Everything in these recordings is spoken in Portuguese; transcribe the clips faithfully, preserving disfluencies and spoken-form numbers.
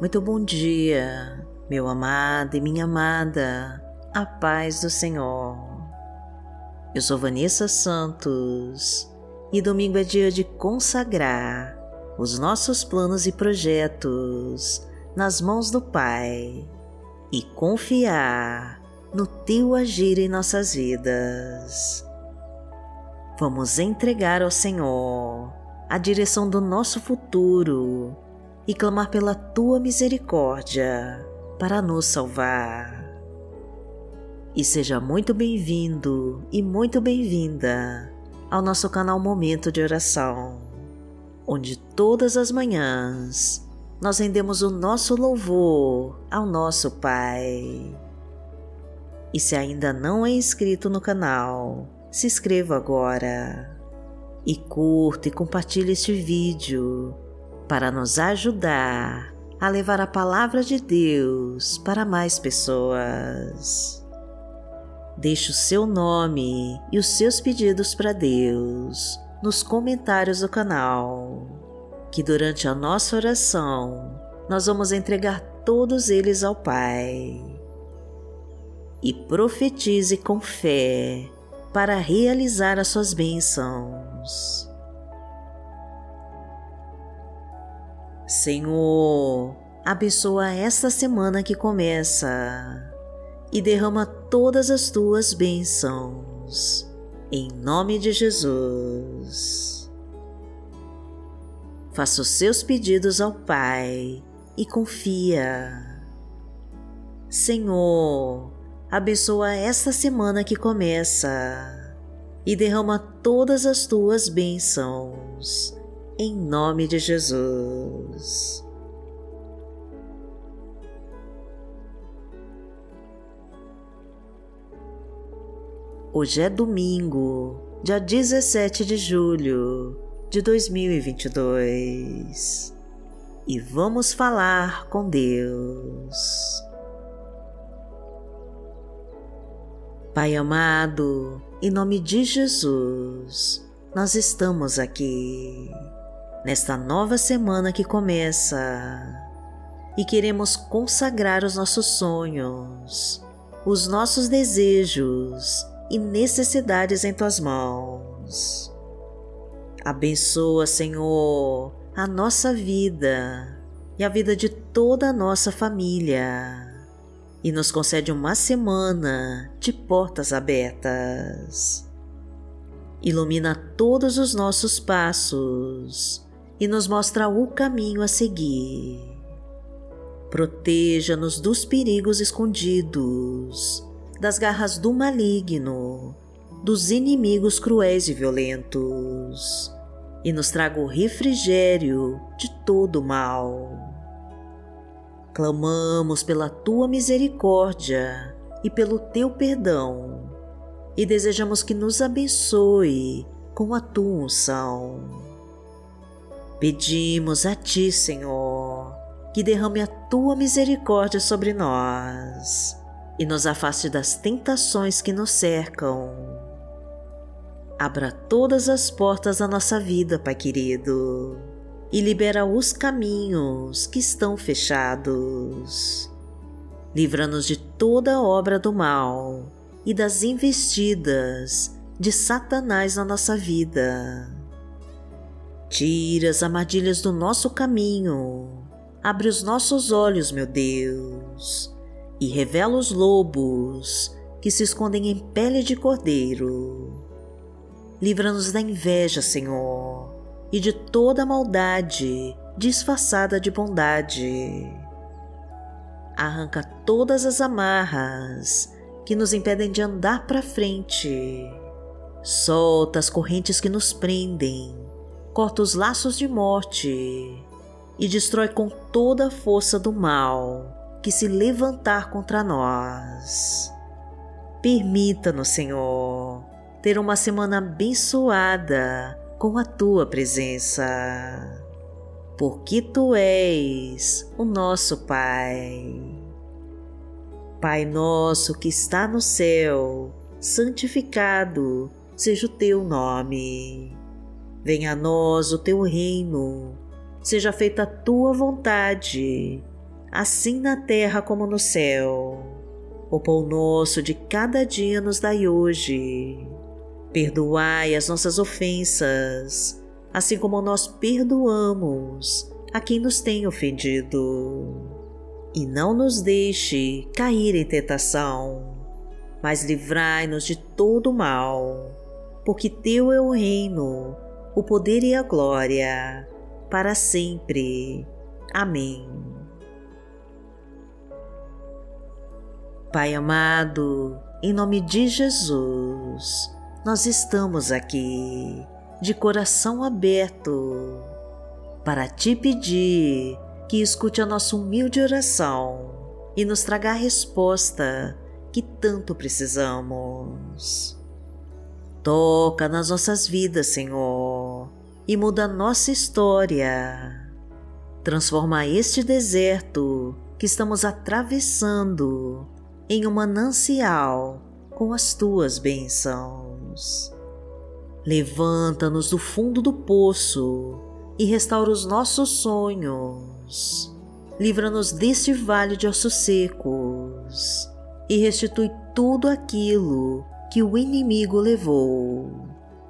Muito bom dia, meu amado e minha amada, a paz do Senhor. Eu sou Vanessa Santos e domingo é dia de consagrar os nossos planos e projetos nas mãos do Pai e confiar no Teu agir em nossas vidas. Vamos entregar ao Senhor a direção do nosso futuro e clamar pela Tua misericórdia para nos salvar. E seja muito bem-vindo e muito bem-vinda ao nosso canal Momento de Oração, onde todas as manhãs nós rendemos o nosso louvor ao nosso Pai. E se ainda não é inscrito no canal, se inscreva agora e curta e compartilhe este vídeo para nos ajudar a levar a palavra de Deus para mais pessoas. Deixe o seu nome e os seus pedidos para Deus nos comentários do canal, que durante a nossa oração nós vamos entregar todos eles ao Pai. E profetize com fé para realizar as suas bênçãos. Senhor, abençoa esta semana que começa e derrama todas as tuas bênçãos, em nome de Jesus. Faça os seus pedidos ao Pai e confia. Senhor, abençoa esta semana que começa e derrama todas as tuas bênçãos, em nome de Jesus. Hoje é domingo, dia dezessete de julho de dois mil e vinte e dois, e vamos falar com Deus. Pai amado, em nome de Jesus, nós estamos aqui, nesta nova semana que começa, e queremos consagrar os nossos sonhos, os nossos desejos e necessidades em Tuas mãos. Abençoa, Senhor, a nossa vida e a vida de toda a nossa família, e nos concede uma semana de portas abertas. Ilumina todos os nossos passos e nos mostra o caminho a seguir. Proteja-nos dos perigos escondidos, das garras do maligno, dos inimigos cruéis e violentos, e nos traga o refrigério de todo o mal. Clamamos pela Tua misericórdia e pelo Teu perdão, e desejamos que nos abençoe com a Tua unção. Pedimos a Ti, Senhor, que derrame a Tua misericórdia sobre nós e nos afaste das tentações que nos cercam. Abra todas as portas da nossa vida, Pai querido, e libera os caminhos que estão fechados. Livra-nos de toda obra do mal e das investidas de Satanás na nossa vida. Tira as armadilhas do nosso caminho, abre os nossos olhos, meu Deus, e revela os lobos que se escondem em pele de cordeiro. Livra-nos da inveja, Senhor, e de toda maldade disfarçada de bondade. Arranca todas as amarras que nos impedem de andar para frente. Solta as correntes que nos prendem, corta os laços de morte e destrói com toda a força do mal que se levantar contra nós. Permita-nos, Senhor, ter uma semana abençoada com a Tua presença, porque Tu és o nosso Pai. Pai nosso que está no céu, santificado seja o Teu nome. Venha a nós o Teu reino, seja feita a Tua vontade, assim na terra como no céu. O pão nosso de cada dia nos dai hoje. Perdoai as nossas ofensas, assim como nós perdoamos a quem nos tem ofendido. E não nos deixe cair em tentação, mas livrai-nos de todo o mal, porque teu é o reino, o poder e a glória, para sempre. Amém. Pai amado, em nome de Jesus, nós estamos aqui, de coração aberto, para te pedir que escute a nossa humilde oração e nos traga a resposta que tanto precisamos. Toca nas nossas vidas, Senhor, e muda a nossa história. Transforma este deserto que estamos atravessando em um manancial com as tuas bênçãos. Levanta-nos do fundo do poço e restaura os nossos sonhos. Livra-nos deste vale de ossos secos e restitui tudo aquilo que o inimigo levou.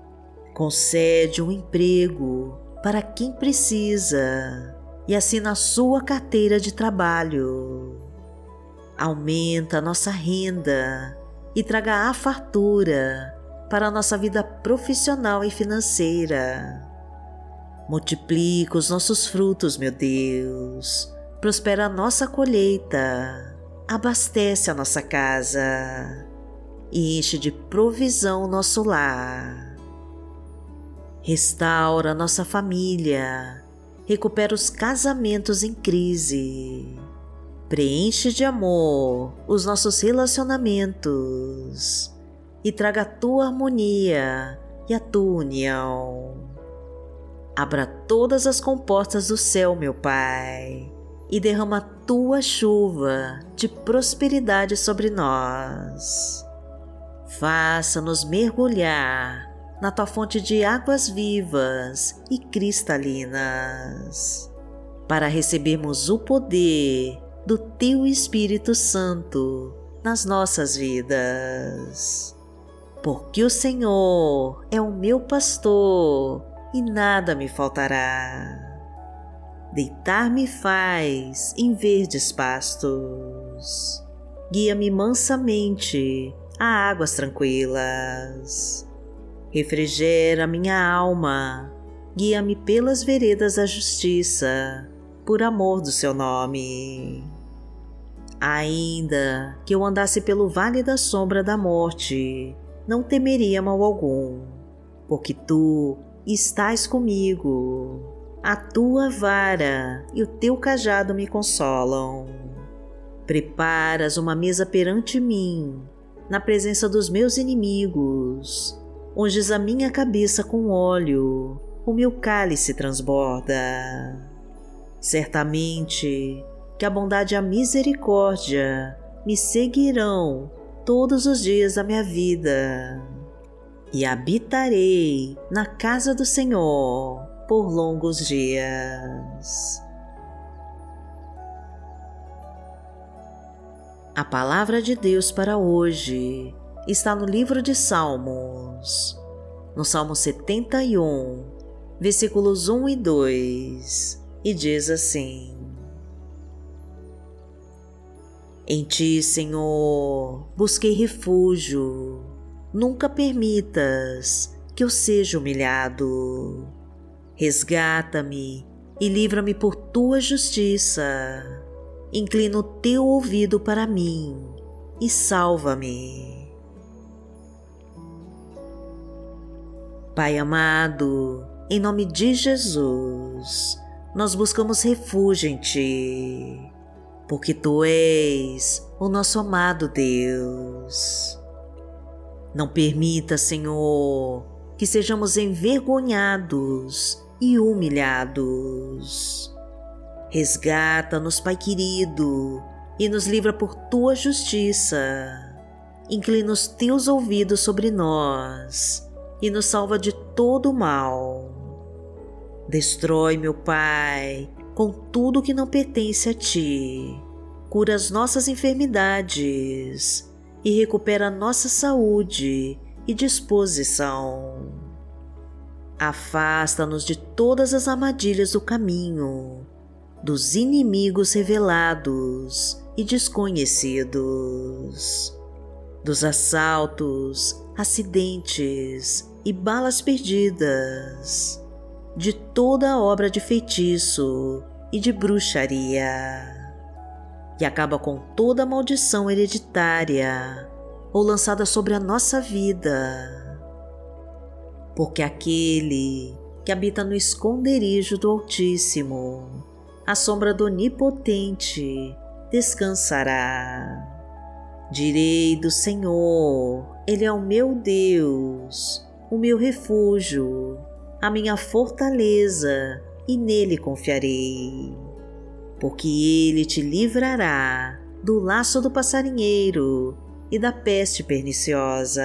Concede um emprego para quem precisa e assina a sua carteira de trabalho. Aumenta a nossa renda e traga a fartura para a nossa vida profissional e financeira. Multiplica os nossos frutos, meu Deus. Prospera a nossa colheita. Abastece a nossa casa e enche de provisão o nosso lar. Restaura a nossa família. Recupera os casamentos em crise. Preenche de amor os nossos relacionamentos e traga a tua harmonia e a tua união. Abra todas as comportas do céu, meu Pai, e derrama a tua chuva de prosperidade sobre nós. Faça-nos mergulhar na tua fonte de águas vivas e cristalinas, para recebermos o poder do teu Espírito Santo nas nossas vidas. Porque o Senhor é o meu pastor e nada me faltará. Deitar-me faz em verdes pastos. Guia-me mansamente a águas tranquilas. Refrigera minha alma. Guia-me pelas veredas da justiça, por amor do seu nome. Ainda que eu andasse pelo vale da sombra da morte, não temeria mal algum, porque tu estás comigo. A tua vara e o teu cajado me consolam. Preparas uma mesa perante mim, na presença dos meus inimigos. Unges a minha cabeça com óleo, o meu cálice transborda. Certamente que a bondade e a misericórdia me seguirão todos os dias da minha vida, e habitarei na casa do Senhor por longos dias. A palavra de Deus para hoje está no livro de Salmos, no Salmo setenta e um, versículos um e dois, e diz assim: Em ti, Senhor, busquei refúgio. Nunca permitas que eu seja humilhado. Resgata-me e livra-me por tua justiça. Inclina o teu ouvido para mim e salva-me. Pai amado, em nome de Jesus, nós buscamos refúgio em ti, porque tu és o nosso amado Deus. Não permita, Senhor, que sejamos envergonhados e humilhados. Resgata-nos, Pai querido, e nos livra por tua justiça. Inclina os teus ouvidos sobre nós e nos salva de todo o mal. Destrói, meu Pai, com tudo que não pertence a Ti, cura as nossas enfermidades e recupera nossa saúde e disposição. Afasta-nos de todas as armadilhas do caminho, dos inimigos revelados e desconhecidos, dos assaltos, acidentes e balas perdidas, de toda obra de feitiço e de bruxaria, e acaba com toda maldição hereditária ou lançada sobre a nossa vida, porque aquele que habita no esconderijo do Altíssimo, à sombra do Onipotente, descansará. Direi do Senhor, Ele é o meu Deus, o meu refúgio, a minha fortaleza, e nele confiarei. Porque Ele te livrará do laço do passarinheiro e da peste perniciosa.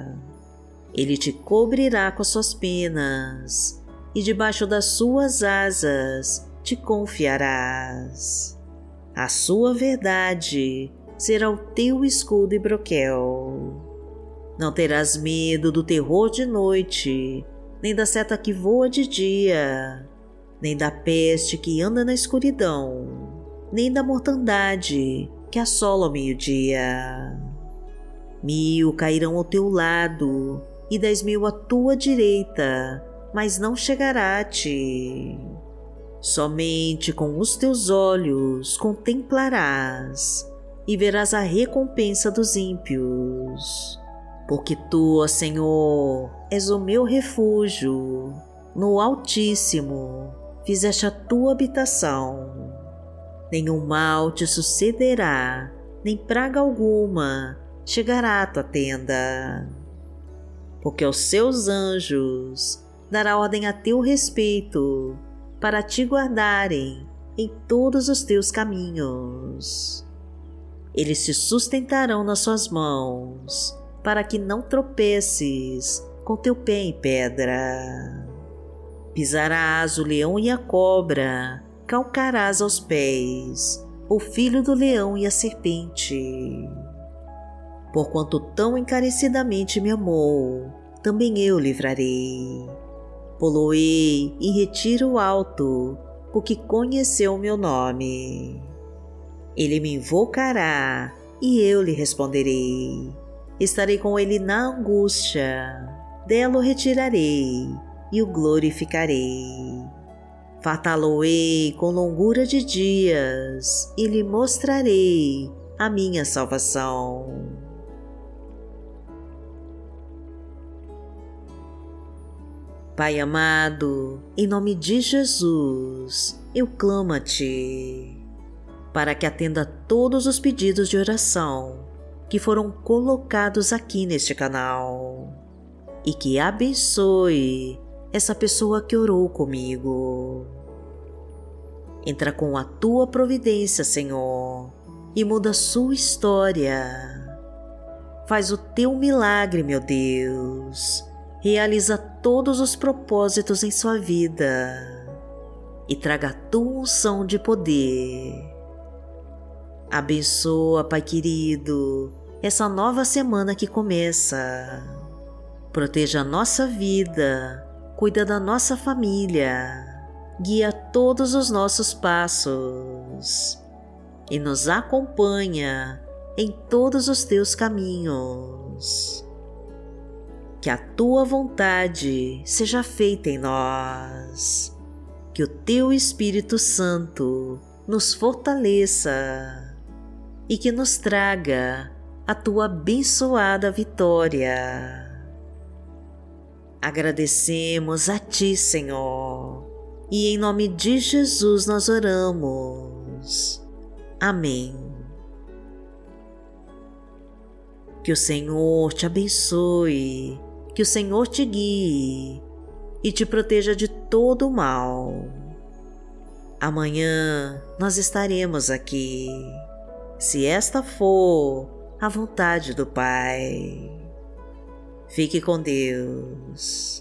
Ele te cobrirá com as suas penas, e debaixo das suas asas te confiarás. A sua verdade será o teu escudo e broquel. Não terás medo do terror de noite, nem da seta que voa de dia, nem da peste que anda na escuridão, nem da mortandade que assola ao meio-dia. Mil cairão ao teu lado e dez mil à tua direita, mas não chegará a ti. Somente com os teus olhos contemplarás e verás a recompensa dos ímpios. Porque tu, ó Senhor, és o meu refúgio, no Altíssimo fizeste a tua habitação. Nenhum mal te sucederá, nem praga alguma chegará à tua tenda. Porque aos seus anjos dará ordem a teu respeito, para te guardarem em todos os teus caminhos. Eles te sustentarão nas suas mãos, para que não tropeces com teu pé em pedra. Pisarás o leão e a cobra, calcarás aos pés o filho do leão e a serpente. Porquanto tão encarecidamente me amou, também eu livrarei. Poloei em retiro alto, porque conheceu o meu nome. Ele me invocará, e eu lhe responderei. Estarei com ele na angústia, dela o retirarei, e o glorificarei. Fartá-lo-ei com longura de dias, e lhe mostrarei a minha salvação. Pai amado, em nome de Jesus, eu clamo a Ti, para que atenda a todos os pedidos de oração que foram colocados aqui neste canal, e que abençoe essa pessoa que orou comigo. Entra com a Tua providência, Senhor, e muda a sua história. Faz o Teu milagre, meu Deus. Realiza todos os propósitos em sua vida e traga a tua unção de poder. Abençoa, Pai querido, essa nova semana que começa. Proteja a nossa vida, cuida da nossa família, guia todos os nossos passos e nos acompanha em todos os teus caminhos. Que a tua vontade seja feita em nós, que o teu Espírito Santo nos fortaleça e que nos traga a tua abençoada vitória. Agradecemos a ti, Senhor, e em nome de Jesus nós oramos. Amém. Que o Senhor te abençoe, que o Senhor te guie e te proteja de todo o mal. Amanhã nós estaremos aqui, se esta for a vontade do Pai. Fique com Deus.